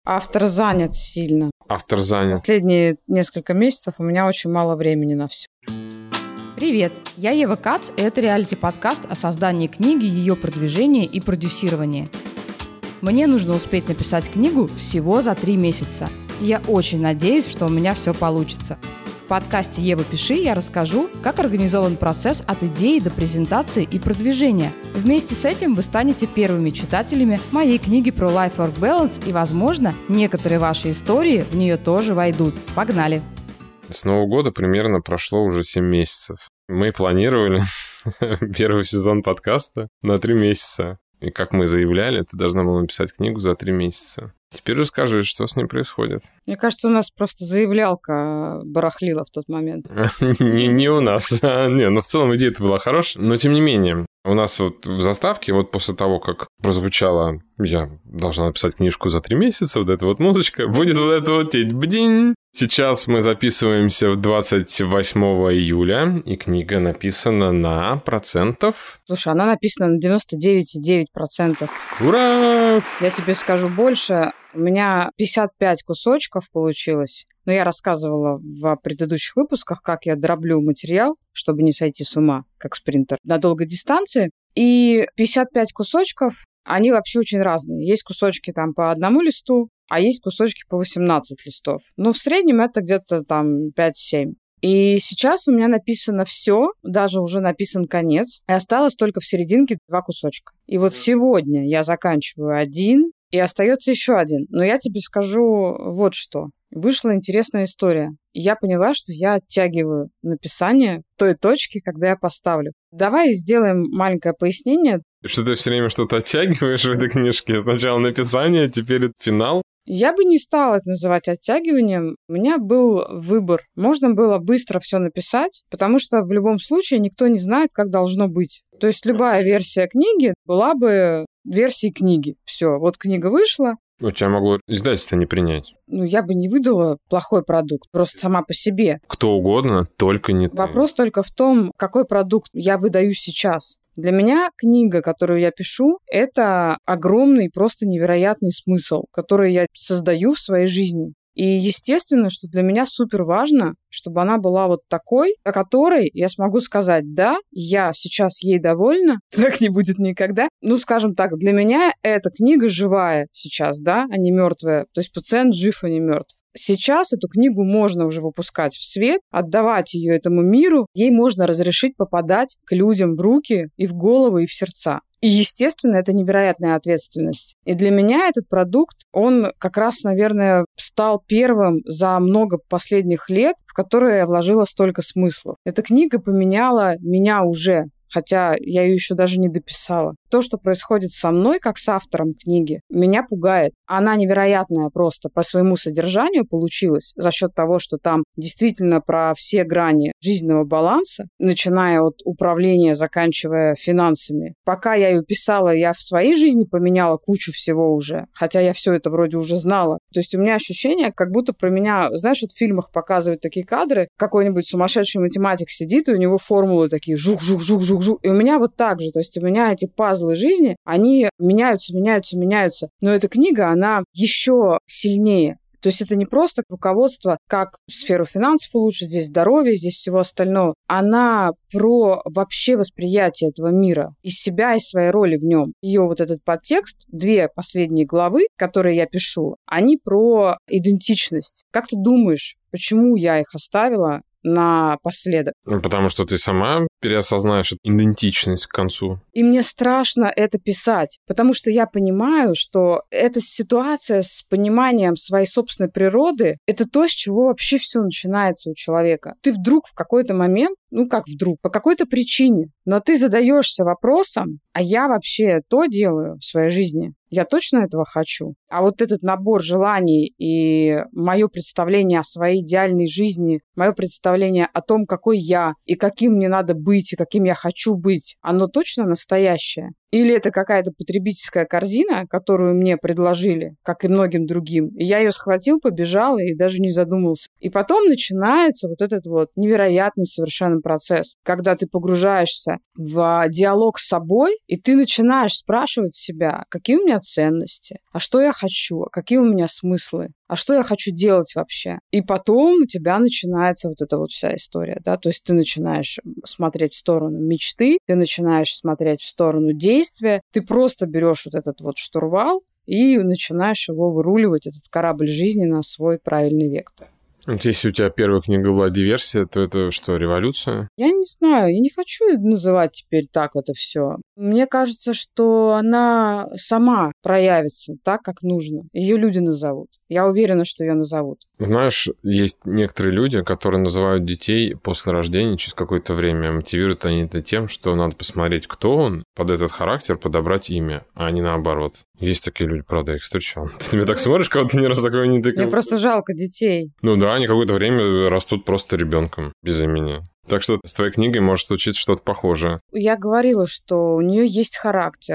Автор занят сильно. Автор занят. Последние несколько месяцев у меня очень мало времени на все. Привет, я Ева Кац, и это реалити-подкаст о создании книги, ее продвижении и продюсировании. Мне нужно успеть написать книгу всего за 3 месяца. И я очень надеюсь, что у меня все получится. В подкасте «Ева, пиши» я расскажу, как организован процесс от идеи до презентации и продвижения. Вместе с этим вы станете первыми читателями моей книги про Life-Work Balance, и, возможно, некоторые ваши истории в нее тоже войдут. Погнали! С Нового года примерно прошло уже 7 месяцев. Мы планировали первый сезон подкаста на 3 месяца. И как мы заявляли, ты должна была написать книгу за 3 месяца. Теперь расскажи, что с ней происходит. Мне кажется, у нас просто заявлялка барахлила в тот момент. Не у нас. В целом идея-то была хорошая. Но тем не менее, у нас вот в заставке, вот после того, как прозвучало «Я должна написать книжку за 3 месяца», вот эта вот музычка, будет вот это вот теть-бдинь. Сейчас мы записываемся 28 июля, и книга написана на процентов... Слушай, она написана на 99,9%. Ура! Я тебе скажу больше. У меня 55 кусочков получилось. Но я рассказывала в предыдущих выпусках, как я дроблю материал, чтобы не сойти с ума, как спринтер, на долгой дистанции. И 55 кусочков, они вообще очень разные. Есть кусочки там по 1 листу, а есть кусочки по 18 листов. Но в среднем это где-то там 5-7. И сейчас у меня написано все, даже уже написан конец, и осталось только в серединке 2 кусочка. И вот сегодня я заканчиваю 1, и остается еще 1. Но я тебе скажу вот что. Вышла интересная история. Я поняла, что я оттягиваю написание той точки, когда я поставлю. Давай сделаем маленькое пояснение. Что ты все время что-то оттягиваешь в этой книжке? Сначала написание, теперь это финал. Я бы не стала это называть оттягиванием. У меня был выбор. Можно было быстро все написать, потому что в любом случае никто не знает, как должно быть. То есть любая версия книги была бы версией книги. Все, вот книга вышла. У тебя могло издательство не принять. Я бы не выдала плохой продукт, просто сама по себе. Кто угодно, только не ты. Вопрос только в том, какой продукт я выдаю сейчас. Для меня книга, которую я пишу, это огромный, просто невероятный смысл, который я создаю в своей жизни. И естественно, что для меня супер важно, чтобы она была вот такой, о которой я смогу сказать: да, я сейчас ей довольна, так не будет никогда. Скажем так, для меня эта книга живая сейчас, да, а не мертвая. То есть пациент жив, а не мертв. Сейчас эту книгу можно уже выпускать в свет, отдавать ее этому миру, ей можно разрешить попадать к людям в руки и в головы, и в сердца. И, естественно, это невероятная ответственность. И для меня этот продукт, он как раз, наверное, стал первым за много последних лет, в который я вложила столько смыслов. Эта книга поменяла меня уже, хотя я ее еще даже не дописала. То, что происходит со мной, как с автором книги, меня пугает. Она невероятная просто по своему содержанию получилась за счет того, что там действительно про все грани жизненного баланса, начиная от управления, заканчивая финансами. Пока я ее писала, я в своей жизни поменяла кучу всего уже, хотя я все это вроде уже знала. То есть у меня ощущение, как будто про меня, знаешь, вот в фильмах показывают такие кадры, какой-нибудь сумасшедший математик сидит, и у него формулы такие жук-жук-жук-жук-жук. И у меня вот так же, то есть у меня эти пазлы жизни, они меняются. Но эта книга, она еще сильнее. То есть это не просто руководство, как сферу финансов улучшить, здесь здоровье, здесь всего остального. Она про вообще восприятие этого мира, из себя, из своей роли в нем. Ее вот этот подтекст, 2 последние главы, которые я пишу, они про идентичность. Как ты думаешь, почему я их оставила напоследок? Потому что ты сама переосознаешь идентичность к концу. И мне страшно это писать, потому что я понимаю, что эта ситуация с пониманием своей собственной природы, это то, с чего вообще все начинается у человека. Ты вдруг в какой-то момент, по какой-то причине, но ты задаешься вопросом: а я вообще то делаю в своей жизни? Я точно этого хочу? А вот этот набор желаний и мое представление о своей идеальной жизни, мое представление о том, какой я и каким мне надо быть, и каким я хочу быть, оно точно настоящее? Или это какая-то потребительская корзина, которую мне предложили, как и многим другим. И я ее схватил, побежал и даже не задумался. И потом начинается вот этот вот невероятный совершенно процесс, когда ты погружаешься в диалог с собой, и ты начинаешь спрашивать себя, какие у меня ценности, а что я хочу, какие у меня смыслы, а что я хочу делать вообще. И потом у тебя начинается вот эта вот вся история, да, то есть ты начинаешь смотреть в сторону мечты, ты начинаешь смотреть в сторону действия, ты просто берешь вот этот вот штурвал и начинаешь его выруливать, этот корабль жизни, на свой правильный вектор. Вот если у тебя первая книга была «Диверсия», то это что, революция? Я не знаю, я не хочу называть теперь так это все. Мне кажется, что она сама проявится так, как нужно. Ее люди назовут. Я уверена, что ее назовут. Знаешь, есть некоторые люди, которые называют детей после рождения через какое-то время. Мотивируют они это тем, что надо посмотреть, кто он, под этот характер подобрать имя, а не наоборот. Есть такие люди, правда, я их встречал. Ты меня так смотришь, кого-то ни разу такого не тыкал. Мне просто жалко детей. Ну да, они какое-то время растут просто ребенком без имени. Так что с твоей книгой может случиться что-то похожее. Я говорила, что у нее есть характер,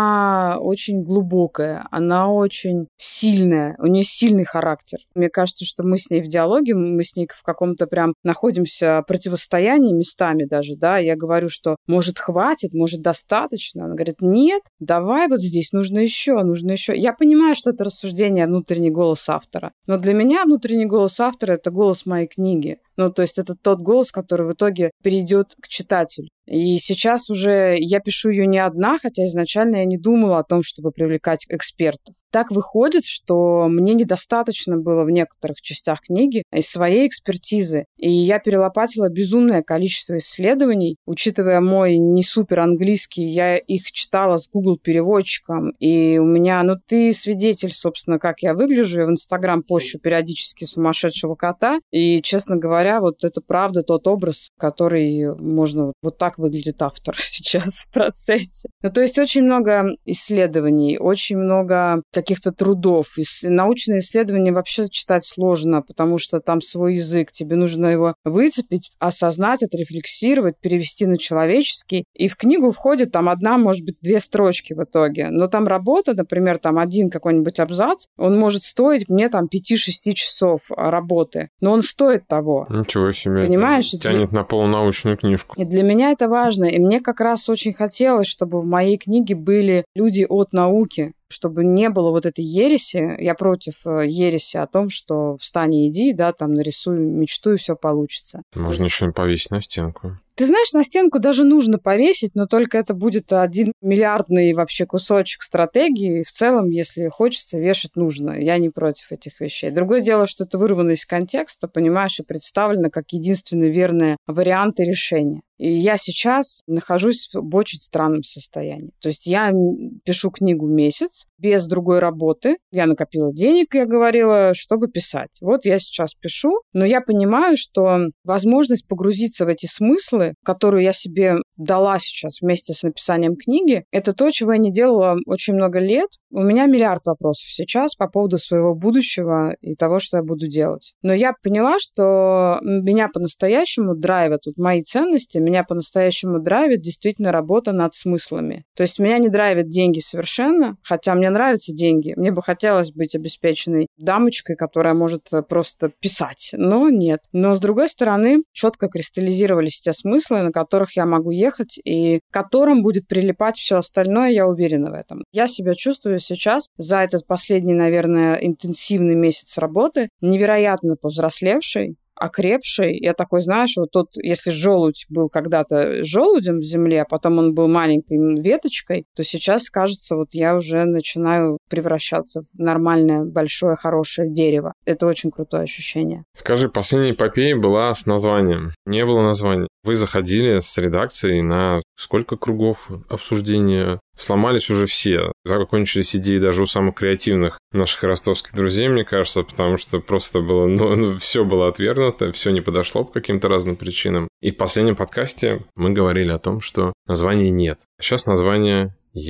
она очень глубокая, она очень сильная, у нее сильный характер. Мне кажется, что мы с ней в диалоге, мы с ней в каком-то прям находимся противостоянии местами даже, да, я говорю, что может хватит, может достаточно. Она говорит, нет, давай вот здесь, нужно еще. Я понимаю, что это рассуждение, внутренний голос автора, но для меня внутренний голос автора — это голос моей книги. Ну, то есть это тот голос, который в итоге перейдет к читателю. И сейчас уже я пишу ее не одна, хотя изначально я не думала о том, чтобы привлекать экспертов. Так выходит, что мне недостаточно было в некоторых частях книги из своей экспертизы. И я перелопатила безумное количество исследований. Учитывая мой не супер английский, я их читала с Google переводчиком. И у меня, ты свидетель, собственно, как я выгляжу. Я в Инстаграм пощу периодически сумасшедшего кота. И, честно говоря, вот это правда тот образ, который можно... Вот так выглядит автор сейчас в процессе. То есть очень много исследований, очень много каких-то трудов. Научные исследования вообще читать сложно, потому что там свой язык. Тебе нужно его выцепить, осознать, отрефлексировать, перевести на человеческий. И в книгу входит там одна, может быть, 2 строчки в итоге. Но там работа, например, там один какой-нибудь абзац, он может стоить мне там 5-6 часов работы. Но он стоит того. Ничего себе. Понимаешь? Это тянет на полунаучную книжку. И для меня это важно. И мне как раз очень хотелось, чтобы в моей книге были люди от науки, чтобы не было вот этой ереси. Я против ереси о том, что встань и иди, да, там нарисуй мечту, и все получится. Можно еще и повесить на стенку. Ты знаешь, на стенку даже нужно повесить, но только это будет 1 миллиардный вообще кусочек стратегии. В целом, если хочется, вешать нужно. Я не против этих вещей. Другое дело, что это вырвано из контекста, понимаешь, и представлено как единственный верный вариант и решение. И я сейчас нахожусь в очень странном состоянии. То есть я пишу книгу месяц без другой работы. Я накопила денег, я говорила, чтобы писать. Вот я сейчас пишу, но я понимаю, что возможность погрузиться в эти смыслы, которую я себе дала сейчас вместе с написанием книги, это то, чего я не делала очень много лет. У меня миллиард вопросов сейчас по поводу своего будущего и того, что я буду делать. Но я поняла, что меня по-настоящему драйвят вот мои ценности, меня по-настоящему драйвит действительно работа над смыслами. То есть меня не драйвят деньги совершенно, хотя мне нравятся деньги. Мне бы хотелось быть обеспеченной дамочкой, которая может просто писать, но нет. Но, с другой стороны, четко кристаллизировались те смыслы, на которых я могу ехать и к которым будет прилипать все остальное, я уверена в этом. Я себя чувствую сейчас за этот последний, наверное, интенсивный месяц работы невероятно повзрослевшей, окрепший. Я такой, знаешь, вот тот, если желудь был когда-то желудем в земле, а потом он был маленькой веточкой, то сейчас, кажется, вот я уже начинаю превращаться в нормальное, большое, хорошее дерево. Это очень крутое ощущение. Скажи, последняя эпопея была с названием. Не было названия. Вы заходили с редакцией на сколько кругов обсуждения? Сломались уже все. Закончились идеи даже у самых креативных наших ростовских друзей, мне кажется, потому что просто было, все было отвергнуто, все не подошло по каким-то разным причинам. И в последнем подкасте мы говорили о том, что названия нет. Сейчас название есть.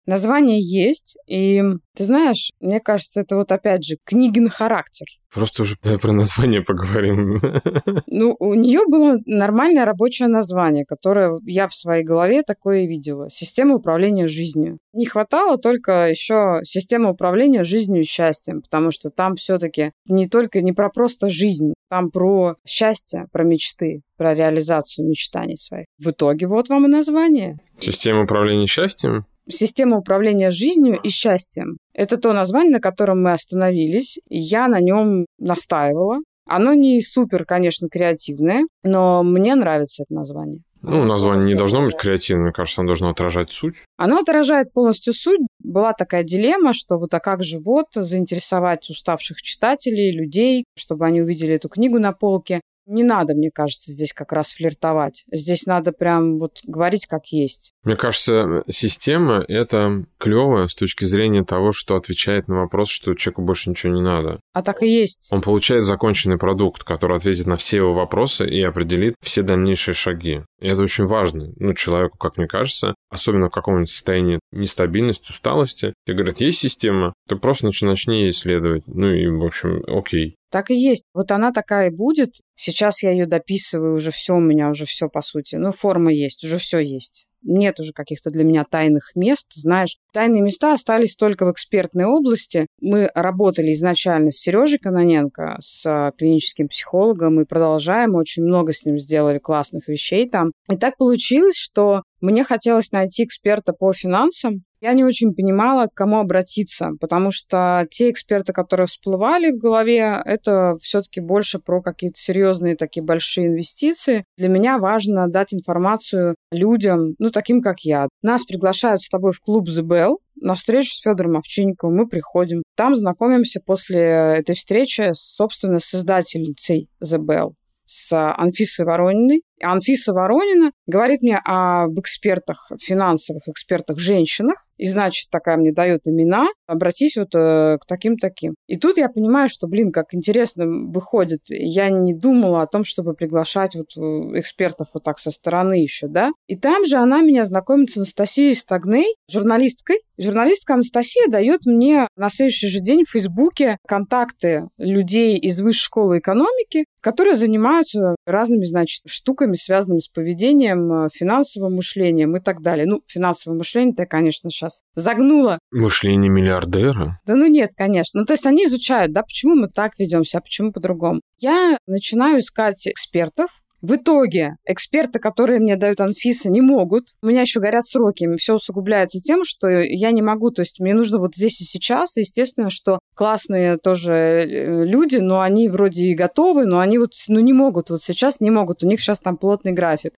Название есть, и ты знаешь, мне кажется, это вот опять же книгин характер. Просто уже давай про название поговорим. Ну, у нее было нормальное рабочее название, которое я в своей голове такое и видела. Система управления жизнью. Не хватало только еще системы управления жизнью и счастьем, потому что там все-таки не про просто жизнь, там про счастье, про мечты, про реализацию мечтаний своих. В итоге вот вам и название. Система управления счастьем? Система управления жизнью и счастьем. Это то название, на котором мы остановились, и я на нем настаивала. Оно не супер, конечно, креативное, но мне нравится это название. Ну, название не должно быть креативным, мне кажется, оно должно отражать суть. Оно отражает полностью суть. Была такая дилемма, что вот а как же вот заинтересовать уставших читателей, людей, чтобы они увидели эту книгу на полке. Не надо, мне кажется, здесь как раз флиртовать. Здесь надо прям вот говорить как есть. Мне кажется, система — это клево с точки зрения того, что отвечает на вопрос, что человеку больше ничего не надо. А так и есть. Он получает законченный продукт, который ответит на все его вопросы и определит все дальнейшие шаги. И это очень важно. Ну, человеку, как мне кажется, особенно в каком-нибудь состоянии нестабильности, усталости, тебе говорят, есть система, ты просто начни ей исследовать. Ну и, в общем, окей. Так и есть. Вот она такая и будет. Сейчас я ее дописываю, уже все у меня, уже все по сути. Ну, форма есть, уже все есть. Нет уже каких-то для меня тайных мест, знаешь. Тайные места остались только в экспертной области. Мы работали изначально с Сережей Кононенко, с клиническим психологом, и продолжаем. Очень много с ним сделали классных вещей там. И так получилось, что мне хотелось найти эксперта по финансам. Я не очень понимала, к кому обратиться, потому что те эксперты, которые всплывали в голове, это все-таки больше про какие-то серьезные такие большие инвестиции. Для меня важно дать информацию людям, ну, таким, как я. Нас приглашают с тобой в клуб The Bell на встречу с Федором Овчинниковым. Мы приходим. Там знакомимся после этой встречи с, собственно, создательницей The Bell, с Анфисой Ворониной. Анфиса Воронина говорит мне об экспертах, финансовых экспертах, женщинах, и, значит, такая мне дает имена, обратись вот к таким-таким. И тут я понимаю, что, как интересно выходит. Я не думала о том, чтобы приглашать вот экспертов вот так со стороны еще, да. И там же она меня знакомит с Анастасией Стагней, журналисткой. Журналистка Анастасия дает мне на следующий же день в Фейсбуке контакты людей из Высшей школы экономики, которые занимаются разными, значит, штуками, связанными с поведением, финансовым мышлением и так далее. Ну, финансовое мышление-то, конечно, сейчас загнула. Мышление миллиардера? Да ну нет, конечно. Ну, то есть они изучают, да, почему мы так ведемся, а почему по-другому. Я начинаю искать экспертов. В итоге эксперты, которые мне дают Анфиса, не могут. У меня еще горят сроки. Все усугубляется тем, что я не могу. То есть мне нужно вот здесь и сейчас. Естественно, что классные тоже люди, но они вроде и готовы, но они вот не могут. Вот сейчас не могут. У них сейчас там плотный график.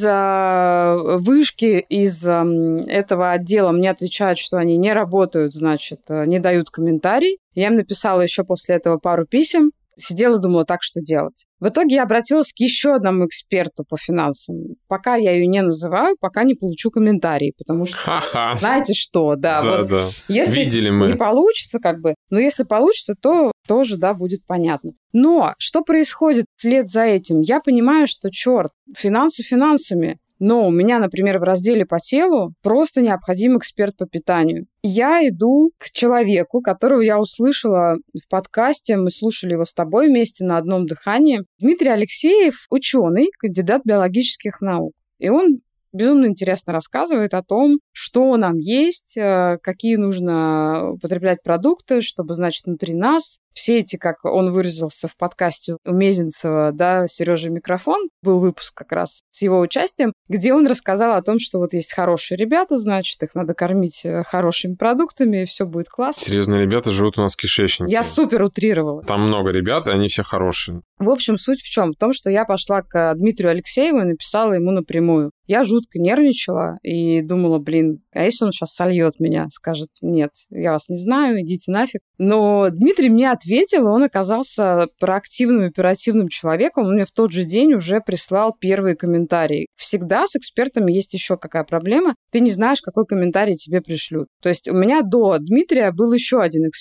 Из-за вышки, из этого отдела мне отвечают, что они не работают, значит, не дают комментарий. Я им написала еще после этого пару писем. Сидела, думала, так что делать. В итоге я обратилась к еще одному эксперту по финансам. Пока я ее не называю, пока не получу комментарий, потому что, знаете что, да. Если видели мы. Не получится, но если получится, то тоже, да, будет понятно. Но что происходит вслед за этим? Я понимаю, что, финансы финансами, но у меня, например, в разделе по телу просто необходим эксперт по питанию. Я иду к человеку, которого я услышала в подкасте, мы слушали его с тобой вместе на одном дыхании. Дмитрий Алексеев, ученый, кандидат биологических наук. И он безумно интересно рассказывает о том, что нам есть, какие нужно употреблять продукты, чтобы, значит, внутри нас все эти, как он выразился в подкасте у Мезенцева, да, Сережа Микрофон, был выпуск как раз с его участием, где он рассказал о том, что вот есть хорошие ребята, значит, их надо кормить хорошими продуктами, и все будет классно. Серьезные ребята живут у нас в кишечнике. Я супер утрировала. Там много ребят, и они все хорошие. В общем, суть в чем? В том, что я пошла к Дмитрию Алексееву и написала ему напрямую. Я жутко нервничала и думала, а если он сейчас сольет меня, скажет, нет, я вас не знаю, идите нафиг. Но Дмитрий мне ответил, он оказался проактивным, оперативным человеком. Он мне в тот же день уже прислал первые комментарии. Всегда с экспертами есть еще какая проблема. Ты не знаешь, какой комментарий тебе пришлют. То есть у меня до Дмитрия был еще один эксперт,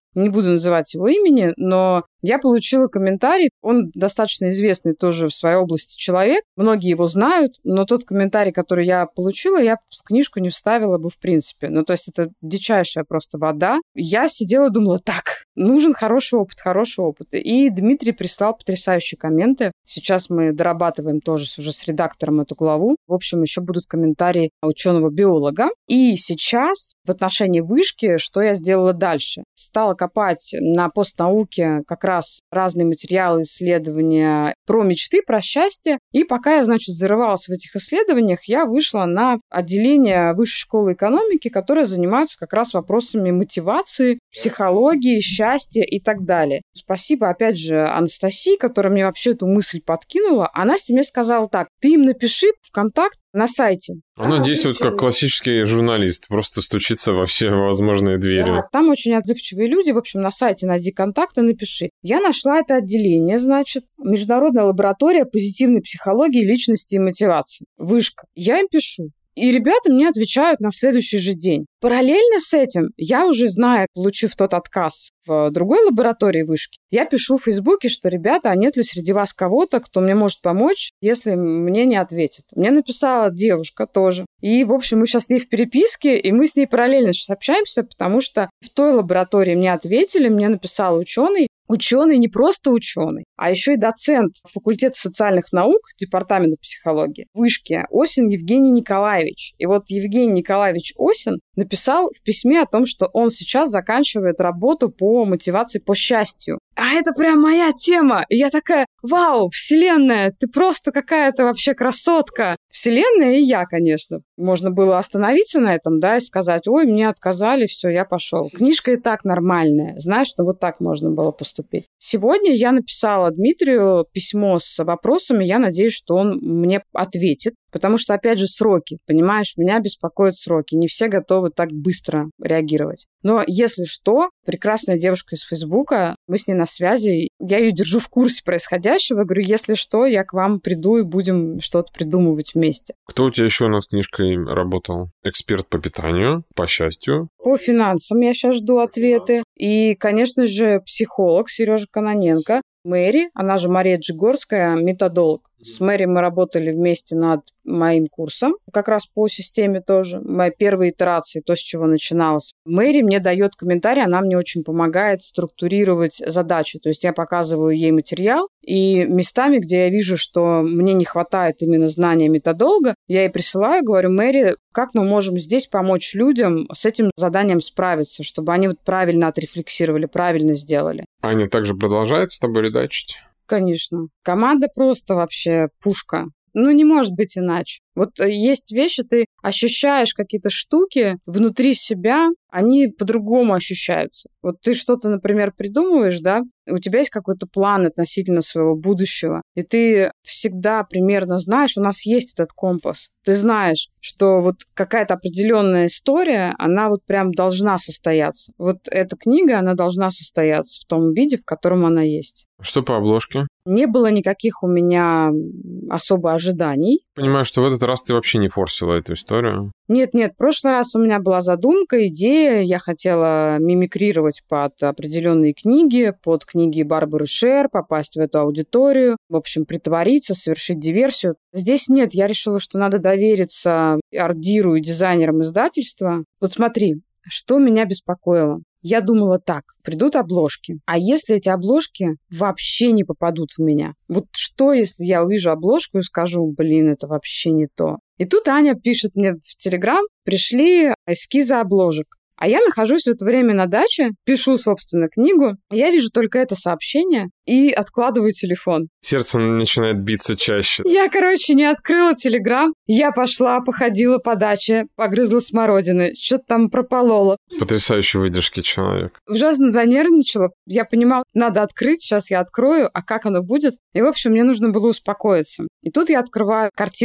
не буду называть его имени, но я получила комментарий, он достаточно известный тоже в своей области человек, многие его знают, но тот комментарий, который я получила, я в книжку не вставила бы в принципе. Ну, то есть это дичайшая просто вода. Я сидела и думала, так, нужен хороший опыт. И Дмитрий прислал потрясающие комменты. Сейчас мы дорабатываем тоже уже с редактором эту главу. В общем, еще будут комментарии ученого-биолога. И сейчас в отношении вышки, что я сделала дальше? Стала копать на постнауке как раз разные материалы, исследования про мечты, про счастье. И пока я, значит, зарывалась в этих исследованиях, я вышла на отделение Высшей школы экономики, которые занимаются как раз вопросами мотивации, психологии, счастья и так далее. Спасибо, опять же, Анастасии, которая мне вообще эту мысль подкинула. А Настя мне сказала так, ты им напиши в контакт на сайте. Она действует как классический журналист, просто стучится во все возможные двери. Да, там очень отзывчивые люди. В общем, на сайте найди контакт и напиши. Я нашла это отделение, значит, Международная лаборатория позитивной психологии, личности и мотивации. Вышка. Я им пишу. И ребята мне отвечают на следующий же день. Параллельно с этим, я уже знаю, получив тот отказ в другой лаборатории вышки, я пишу в Фейсбуке, что, ребята, а нет ли среди вас кого-то, кто мне может помочь, если мне не ответит. Мне написала девушка тоже. И, в общем, мы сейчас с ней в переписке, и мы с ней параллельно сейчас общаемся, потому что в той лаборатории мне ответили, мне написал ученый. Ученый не просто ученый, а еще и доцент факультета социальных наук, департамента психологии, вышки, Осин Евгений Николаевич. И вот Евгений Николаевич Осин написал в письме о том, что он сейчас заканчивает работу по мотивации по счастью. А это прям моя тема. И я такая, вау, Вселенная, ты просто какая-то вообще красотка. Вселенная и я, конечно. Можно было остановиться на этом, да, и сказать, ой, мне отказали, все, я пошел. Книжка и так нормальная. Знаешь, что вот так можно было поступить. Сегодня я написала Дмитрию письмо с вопросами. Я надеюсь, что он мне ответит. Потому что, опять же, сроки, понимаешь, меня беспокоят сроки. Не все готовы так быстро реагировать. Но если что, прекрасная девушка из Фейсбука, мы с ней на связи, я ее держу в курсе происходящего. Говорю, если что, я к вам приду и будем что-то придумывать вместе. Кто у тебя еще над книжкой работал? Эксперт по питанию, по счастью? По финансам я сейчас жду ответы. И, конечно же, психолог Сережа Кононенко. Мэри, она же Мария Джигорская, методолог. С Мэри мы работали вместе над моим курсом, как раз по системе тоже. Мои первые итерации, то, с чего начиналось. Мэри мне дает комментарий, она мне очень помогает структурировать задачи. То есть я показываю ей материал, и местами, где я вижу, что мне не хватает именно знания методолога, я ей присылаю, говорю, Мэри, как мы можем здесь помочь людям с этим заданием справиться, чтобы они вот правильно отрефлексировали, правильно сделали. Аня также продолжает с тобой редачить? Конечно. Команда просто вообще пушка. Ну, не может быть иначе. Вот есть вещи, ты ощущаешь какие-то штуки внутри себя, они по-другому ощущаются. Вот ты что-то, например, придумываешь, да, у тебя есть какой-то план относительно своего будущего, и ты всегда примерно знаешь, у нас есть этот компас. Ты знаешь, что вот какая-то определенная история, она вот прям должна состояться. Вот эта книга, она должна состояться в том виде, в котором она есть. Что по обложке? Не было никаких у меня особо ожиданий. Понимаю, что в этот раз ты вообще не форсила эту историю. Нет, в прошлый раз у меня была задумка, идея. Я хотела мимикрировать под определенные книги, под книги Барбары Шер, попасть в эту аудиторию, в общем, притвориться, совершить диверсию. Здесь нет, я решила, что надо довериться арт-диру и дизайнерам издательства. Вот смотри, что меня беспокоило. Я думала так, придут обложки. А если эти обложки вообще не попадут в меня? Вот что, если я увижу обложку и скажу, блин, это вообще не то? И тут Аня пишет мне в Телеграм, пришли эскизы обложек. А я нахожусь в это время на даче, пишу, собственно, книгу. Я вижу только это сообщение и откладываю телефон. Сердце начинает биться чаще. Я, не открыла Телеграм. Я пошла, походила по даче, погрызла смородины, что-то там прополола. Потрясающей выдержки человек. Ужасно занервничала. Я понимала, надо открыть, сейчас я открою, а как оно будет? И, в общем, мне нужно было успокоиться. И тут я открываю картинку,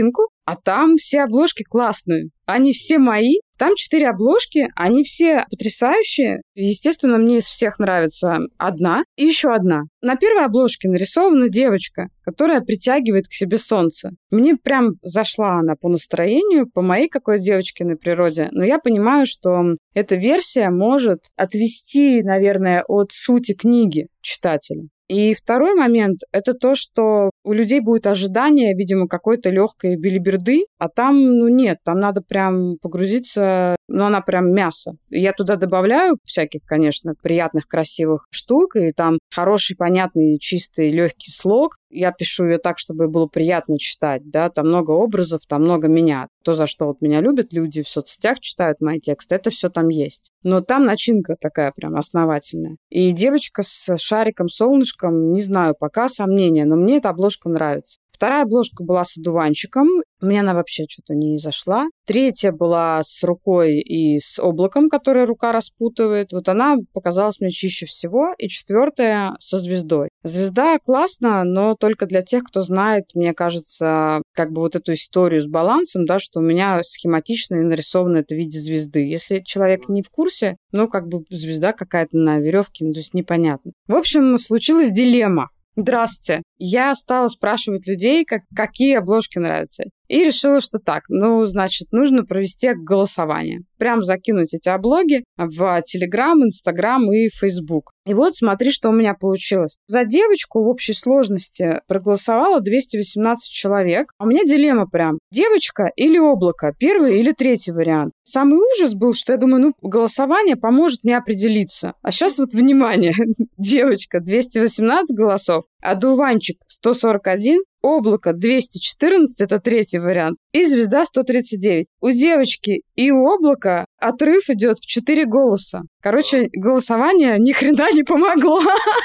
А там все обложки классные. Они все мои. Там 4 обложки, они все потрясающие. Естественно, мне из всех нравится одна и еще одна. На первой обложке нарисована девочка, которая притягивает к себе солнце. Мне прям зашла она по настроению, по моей какой девочкиной природе. Но я понимаю, что эта версия может отвести, наверное, от сути книги читателя. И второй момент — это то, что у людей будет ожидание, видимо, какой-то легкой белиберды, а там, нет, там надо прям погрузиться, она прям мясо. Я туда добавляю всяких, конечно, приятных, красивых штук, и там хороший, понятный, чистый, легкий слог. Я пишу ее так, чтобы было приятно читать, да, там много образов, там много меня. То, за что вот меня любят люди, в соцсетях читают мои тексты, это все там есть. Но там начинка такая прям основательная. И девочка с шариком, солнышком, не знаю, пока сомнения, но мне эта обложка нравится. Вторая обложка была с одуванчиком. Мне она вообще что-то не зашла. Третья была с рукой и с облаком, которое рука распутывает. Вот она показалась мне чище всего. И четвертая со звездой. Звезда классно, но только для тех, кто знает, мне кажется, как бы вот эту историю с балансом, да, что у меня схематично нарисовано это в виде звезды. Если человек не в курсе, как бы звезда какая-то на веревке, то есть непонятно. В общем, случилась дилемма. Здравствуйте. Я стала спрашивать людей, какие обложки нравятся. И решила, что так, значит, нужно провести голосование. Прям закинуть эти облоги в Telegram, Instagram и Facebook. И вот смотри, что у меня получилось. За девочку в общей сложности проголосовало 218 человек. А у меня дилемма прям. Девочка или облако? Первый или третий вариант? Самый ужас был, что я думаю, голосование поможет мне определиться. А сейчас вот внимание. Девочка 218 голосов, одуванчик 141, облако 214, это третий вариант, и звезда 139. У девочки и у облака отрыв идет в 4 голоса. Короче, голосование ни хрена не помогло.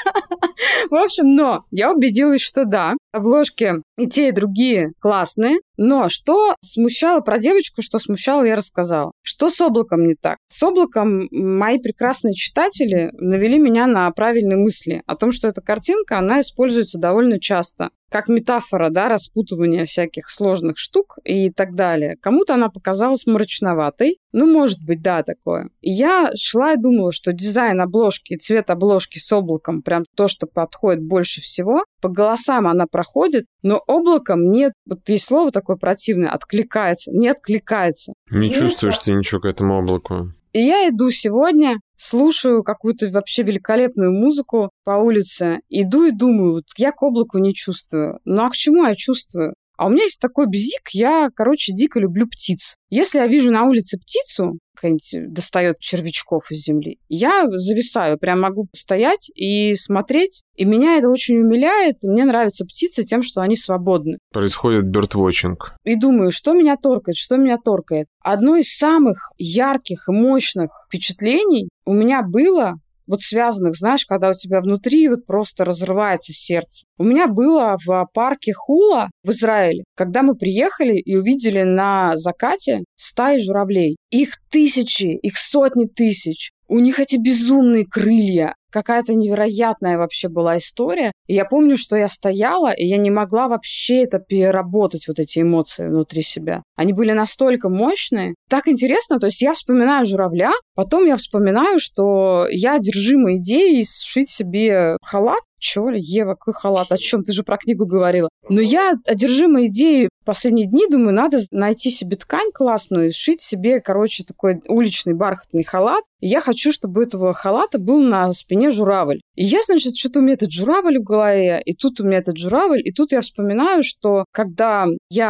В общем, но я убедилась, что да, обложки и те, и другие классные. Но что смущало про девочку, что смущало, я рассказала. Что с облаком не так? С облаком мои прекрасные читатели навели меня на правильные мысли о том, что эта картинка, она используется довольно часто как метафора, да, распутывания всяких сложных штук и так далее. Кому-то она показалась мрачноватой. Может быть, да, такое. И я шла и думала, что дизайн обложки и цвет обложки с облаком прям то, что подходит больше всего. По голосам она проходит, но облако мне, вот есть слово такое противное, откликается, не откликается. Не чувствуешь ты ничего к этому облаку? И я иду сегодня, слушаю какую-то вообще великолепную музыку по улице, иду и думаю, вот я к облаку не чувствую. А к чему я чувствую? А у меня есть такой бзик, я, дико люблю птиц. Если я вижу на улице птицу, какая-нибудь достает червячков из земли, я зависаю, прям могу стоять и смотреть, и меня это очень умиляет, и мне нравятся птицы тем, что они свободны. Происходит бёрдвотчинг. И думаю, что меня торкает. Одно из самых ярких и мощных впечатлений у меня было связанных, знаешь, когда у тебя внутри просто разрывается сердце. У меня было в парке Хула в Израиле, когда мы приехали и увидели на закате стаи журавлей. Их тысячи, их сотни тысяч. У них эти безумные крылья. Какая-то невероятная вообще была история. И я помню, что я стояла, и я не могла вообще это переработать, вот эти эмоции внутри себя. Они были настолько мощные. Так интересно, то есть я вспоминаю журавля, потом я вспоминаю, что я одержима идеей сшить себе халат. Чё ли, Ева, какой халат? О чем? Ты же про книгу говорила. Но я одержима идеей в последние дни, думаю, надо найти себе ткань классную и сшить себе, такой уличный бархатный халат. И я хочу, чтобы у этого халата был на спине журавль. И я, значит, что-то у меня этот журавль в голове, и тут у меня этот журавль, и тут я вспоминаю, что когда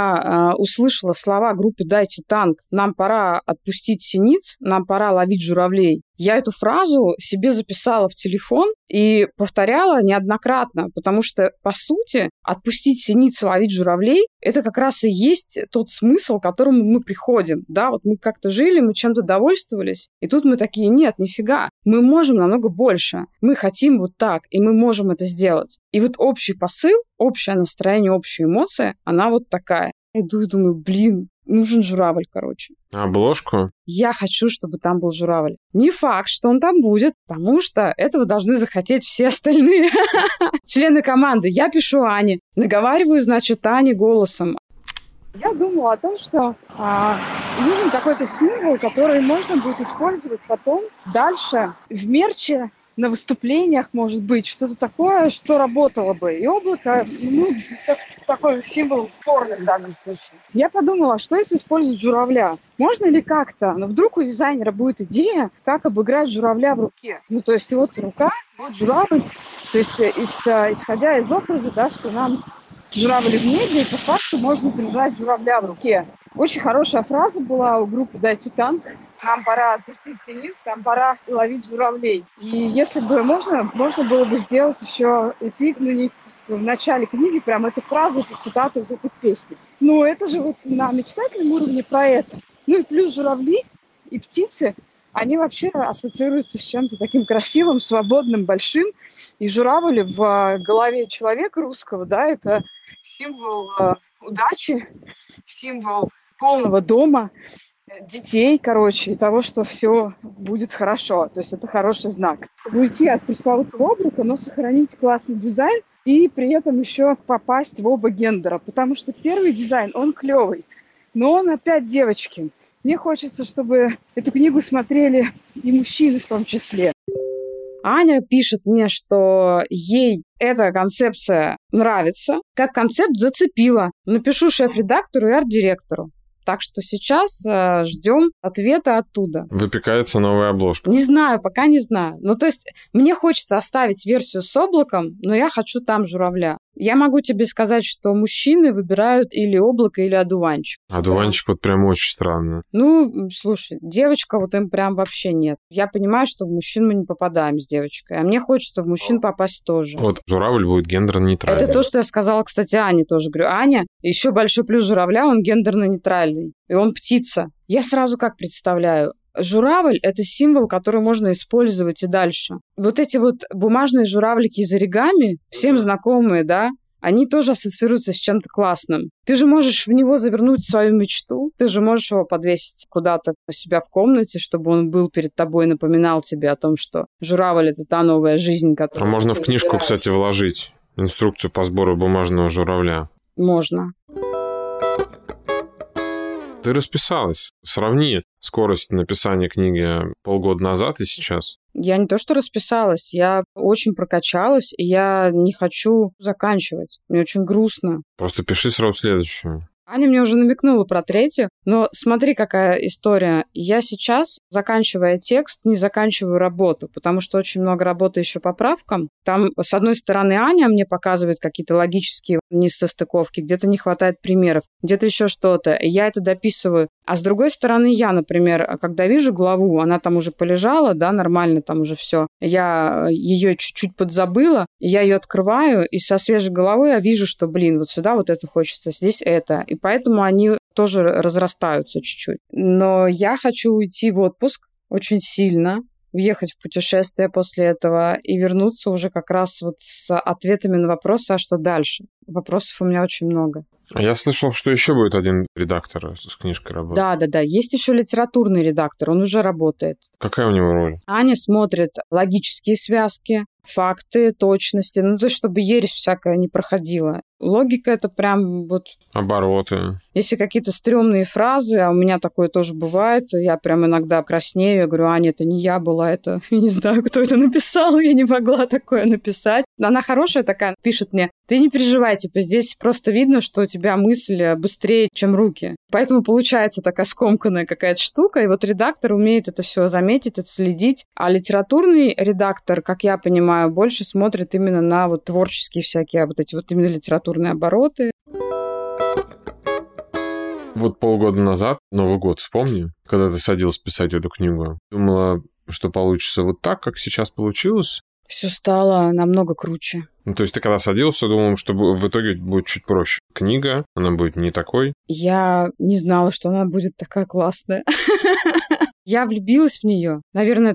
я услышала слова группы «Дайте танк», нам пора отпустить синиц, нам пора ловить журавлей, я эту фразу себе записала в телефон и повторяла неоднократно, потому что, по сути, отпустить синиц, ловить журавлей — это как раз и есть тот смысл, к которому мы приходим. Да, вот мы как-то жили, мы чем-то довольствовались, и тут мы такие: нет, нифига, мы можем намного больше, мы хотим вот так, и мы можем это сделать. И вот общий посыл, общее настроение, общая эмоция, она вот такая. Иду и думаю, нужен журавль, А обложку? Я хочу, чтобы там был журавль. Не факт, что он там будет, потому что этого должны захотеть все остальные члены команды. Я пишу Ане, наговариваю, значит, Ане голосом. Я думала о том, что нужен какой-то символ, который можно будет использовать потом дальше в мерче, на выступлениях, может быть, что-то такое, что работало бы. И облако, такой символ формы в данном случае. Я подумала, что если использовать журавля? Можно ли как-то? Но вдруг у дизайнера будет идея, как обыграть журавля в руке. Ну, то есть вот рука, вот журавль. То есть исходя из образа, да, что нам журавли в небе, и по факту можно держать журавля в руке. Очень хорошая фраза была у группы «Дайте танк». Нам пора опуститься вниз, нам пора ловить журавлей. И если бы можно было бы сделать еще эпик, в начале книги прям эту фразу, эту цитату из этой песни. Но это же вот на мечтательном уровне про это. Ну и плюс журавли и птицы, они вообще ассоциируются с чем-то таким красивым, свободным, большим. И журавль в голове человека русского, да, это символ удачи, символ полного дома, детей, короче, и того, что все будет хорошо. То есть это хороший знак. Уйти от пресловутого облака, но сохранить классный дизайн и при этом еще попасть в оба гендера. Потому что первый дизайн, он клевый, но он опять девочки. Мне хочется, чтобы эту книгу смотрели и мужчины в том числе. Аня пишет мне, что ей эта концепция нравится, как концепт зацепила. Напишу шеф-редактору и арт-директору. Так что сейчас ждем ответа оттуда. Выпекается новая обложка. Не знаю, пока не знаю. Ну, то есть мне хочется оставить версию с облаком, но я хочу там журавля. Я могу тебе сказать, что мужчины выбирают или облако, или одуванчик. Одуванчик вот прям очень странно. Ну, слушай, девочка вот им прям вообще нет. Я понимаю, что в мужчин мы не попадаем с девочкой, а мне хочется в мужчин попасть тоже. Вот журавль будет гендерно-нейтральный. Это то, что я сказала, кстати, Ане тоже. Говорю, Аня, еще большой плюс журавля, он гендерно-нейтральный. И он птица. Я сразу как представляю. Журавль – это символ, который можно использовать и дальше. Вот эти вот бумажные журавлики из оригами, всем знакомые, да, они тоже ассоциируются с чем-то классным. Ты же можешь в него завернуть свою мечту, ты же можешь его подвесить куда-то у себя в комнате, чтобы он был перед тобой и напоминал тебе о том, что журавль – это та новая жизнь, которую... А можно в книжку, кстати, вложить инструкцию по сбору бумажного журавля? Можно. Ты расписалась. Сравни скорость написания книги полгода назад и сейчас. Я не то что расписалась, я очень прокачалась, и я не хочу заканчивать. Мне очень грустно. Просто пиши сразу следующую. Аня мне уже намекнула про третью, но смотри, какая история. Я сейчас, заканчивая текст, не заканчиваю работу, потому что очень много работы еще по правкам. Там, с одной стороны, Аня мне показывает какие-то логические несостыковки, где-то не хватает примеров, где-то еще что-то. Я это дописываю. А с другой стороны, я, например, когда вижу главу, она там уже полежала, да, нормально там уже все. Я ее чуть-чуть подзабыла, я ее открываю, и со свежей головой я вижу, что, блин, вот сюда вот это хочется, здесь это. И поэтому они тоже разрастаются чуть-чуть. Но я хочу уйти в отпуск очень сильно, уехать в путешествие после этого и вернуться уже как раз вот с ответами на вопросы, а что дальше? Вопросов у меня очень много. А я слышал, что еще будет один редактор с книжкой работать. Да. Есть еще литературный редактор, он уже работает. Какая у него роль? Аня смотрит логические связки, факты, точности, ну, то есть, чтобы ересь всякая не проходила. Логика — это прям вот... Обороты. Если какие-то стрёмные фразы, а у меня такое тоже бывает, я прям иногда краснею, я говорю, Аня, это не я была, это... Я не знаю, кто это написал, я не могла такое написать. Она хорошая такая, пишет мне, ты не переживай, типа, здесь просто видно, что у тебя мысль быстрее, чем руки. Поэтому получается такая скомканная какая-то штука, и вот редактор умеет это все заметить, отследить. А литературный редактор, как я понимаю, больше смотрит именно на вот творческие всякие, вот эти вот именно литературные обороты. Вот полгода назад, Новый год, вспомни, когда ты садилась писать эту книгу, думала, что получится вот так, как сейчас получилось? Все стало намного круче. Ну, то есть ты когда садился, думал, что в итоге будет чуть проще. Книга, она будет не такой. Я не знала, что она будет такая классная. Я влюбилась в нее. Наверное, так и должно происходить с автором. В первую книгу я не влюблялась. Я ее просто писала.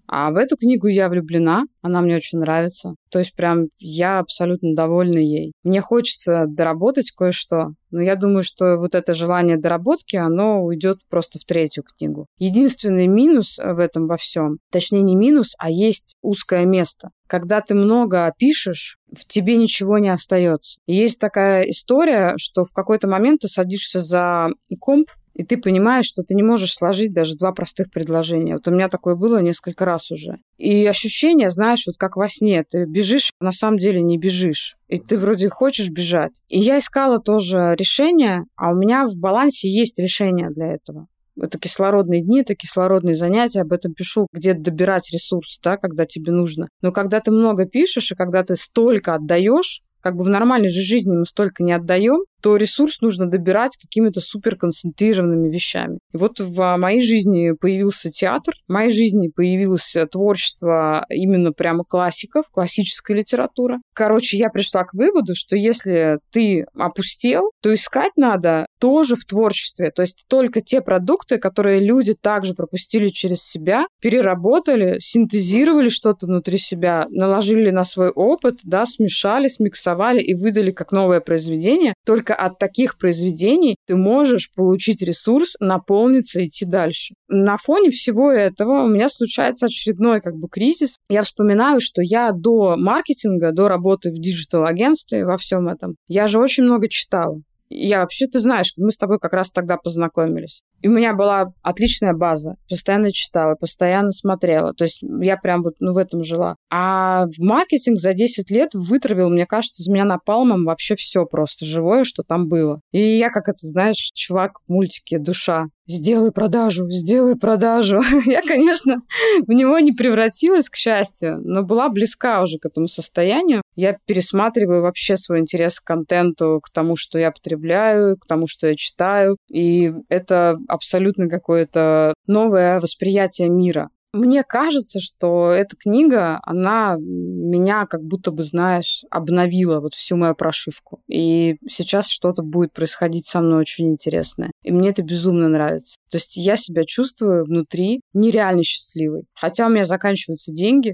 А в эту книгу я влюблена, она мне очень нравится. То есть прям я абсолютно довольна ей. Мне хочется доработать кое-что, но я думаю, что вот это желание доработки, оно уйдет просто в третью книгу. Единственный минус в этом во всем, точнее не минус, а есть узкое место. Когда ты много пишешь, в тебе ничего не остается. И есть такая история, что в какой-то момент ты садишься за комп, и ты понимаешь, что ты не можешь сложить даже 2 простых предложения. Вот у меня такое было несколько раз уже. И ощущение, знаешь, вот как во сне. Ты бежишь, а на самом деле не бежишь. И ты вроде хочешь бежать. И я искала тоже решение, а у меня в балансе есть решение для этого. Это кислородные дни, это кислородные занятия, об этом пишу, где добирать ресурс, да, когда тебе нужно. Но когда ты много пишешь, и когда ты столько отдаешь, как бы в нормальной же жизни мы столько не отдаем, то ресурс нужно добирать какими-то суперконцентрированными вещами. И вот в моей жизни появился театр, в моей жизни появилось творчество именно прямо классиков, классическая литература. Короче, я пришла к выводу, что если ты опустел, то искать надо тоже в творчестве. То есть только те продукты, которые люди также пропустили через себя, переработали, синтезировали что-то внутри себя, наложили на свой опыт, да, смешали, смиксовали и выдали как новое произведение. Только от таких произведений ты можешь получить ресурс, наполниться и идти дальше. На фоне всего этого у меня случается очередной кризис. Я вспоминаю, что я до маркетинга, до работы в диджитал-агентстве, во всем этом, я же очень много читала. Я вообще, ты знаешь, мы с тобой как раз тогда познакомились. И у меня была отличная база. Постоянно читала, постоянно смотрела. То есть я прям в этом жила. А в маркетинг за 10 лет вытравил, мне кажется, из меня напалмом вообще все просто живое, что там было. И я, знаешь, чувак в мультике «Душа». Сделай продажу, сделай продажу. Я, конечно, в него не превратилась, к счастью, но была близка уже к этому состоянию. Я пересматриваю вообще свой интерес к контенту, к тому, что я потребляю, к тому, что я читаю. И это абсолютно какое-то новое восприятие мира. Мне кажется, что эта книга, она меня как будто бы, знаешь, обновила всю мою прошивку. И сейчас что-то будет происходить со мной очень интересное. И мне это безумно нравится. То есть я себя чувствую внутри нереально счастливой. Хотя у меня заканчиваются деньги,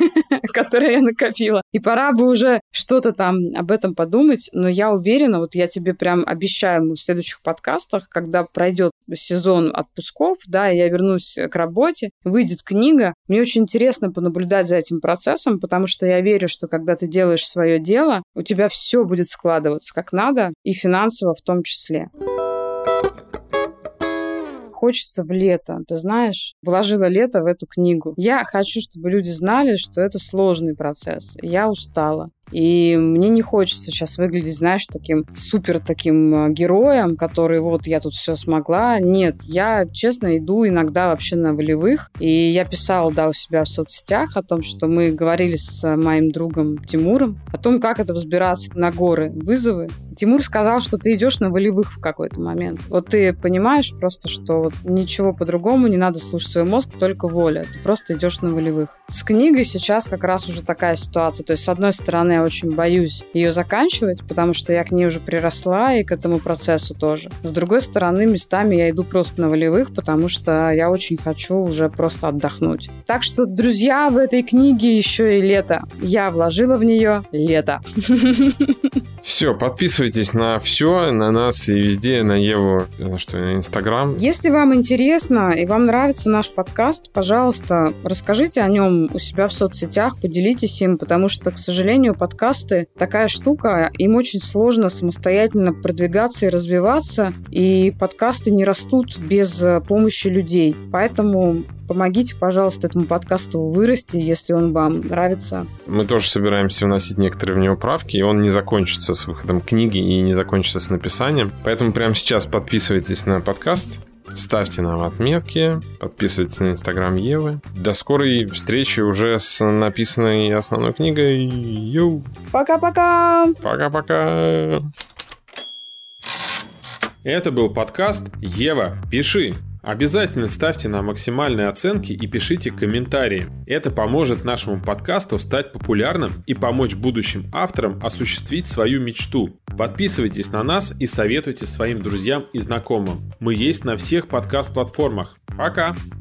которые я накопила. И пора бы уже что-то там об этом подумать. Но я уверена, я тебе прям обещаю в следующих подкастах, когда пройдет сезон отпусков, да, и я вернусь к работе, выйдет книга. Мне очень интересно понаблюдать за этим процессом, потому что я верю, что когда ты делаешь свое дело, у тебя все будет складываться как надо, и финансово в том числе. Хочется в лето, ты знаешь, вложила лето в эту книгу. Я хочу, чтобы люди знали, что это сложный процесс. Я устала. И мне не хочется сейчас выглядеть, знаешь, таким героем, который я тут все смогла. Нет, я, честно, иду иногда вообще на волевых. И я писала, у себя в соцсетях о том, что мы говорили с моим другом Тимуром о том, как это взбираться на горы, вызовы. Тимур сказал, что ты идешь на волевых в какой-то момент. Ты понимаешь просто, что ничего по-другому, не надо слушать свой мозг, только воля. Ты просто идешь на волевых. С книгой сейчас как раз уже такая ситуация. То есть, с одной стороны, я очень боюсь ее заканчивать, потому что я к ней уже приросла и к этому процессу тоже. С другой стороны, местами я иду просто на волевых, потому что я очень хочу уже просто отдохнуть. Так что, друзья, в этой книге еще и лето. Я вложила в нее лето. Все, подписывайтесь на все, на нас и везде, на Еву, на Инстаграм. Если вам интересно и вам нравится наш подкаст, пожалуйста, расскажите о нем у себя в соцсетях, поделитесь им, потому что, к сожалению, подкасты такая штука, им очень сложно самостоятельно продвигаться и развиваться, и подкасты не растут без помощи людей. Поэтому помогите, пожалуйста, этому подкасту вырасти, если он вам нравится. Мы тоже собираемся вносить некоторые в него правки, и он не закончится с выходом книги и не закончится с написанием. Поэтому прямо сейчас подписывайтесь на подкаст, ставьте нам отметки, подписывайтесь на Инстаграм Евы. До скорой встречи уже с написанной основной книгой. Йоу! Пока-пока! Пока-пока! Это был подкаст «Ева, пиши». Обязательно ставьте нам максимальные оценки и пишите комментарии. Это поможет нашему подкасту стать популярным и помочь будущим авторам осуществить свою мечту. Подписывайтесь на нас и советуйте своим друзьям и знакомым. Мы есть на всех подкаст-платформах. Пока!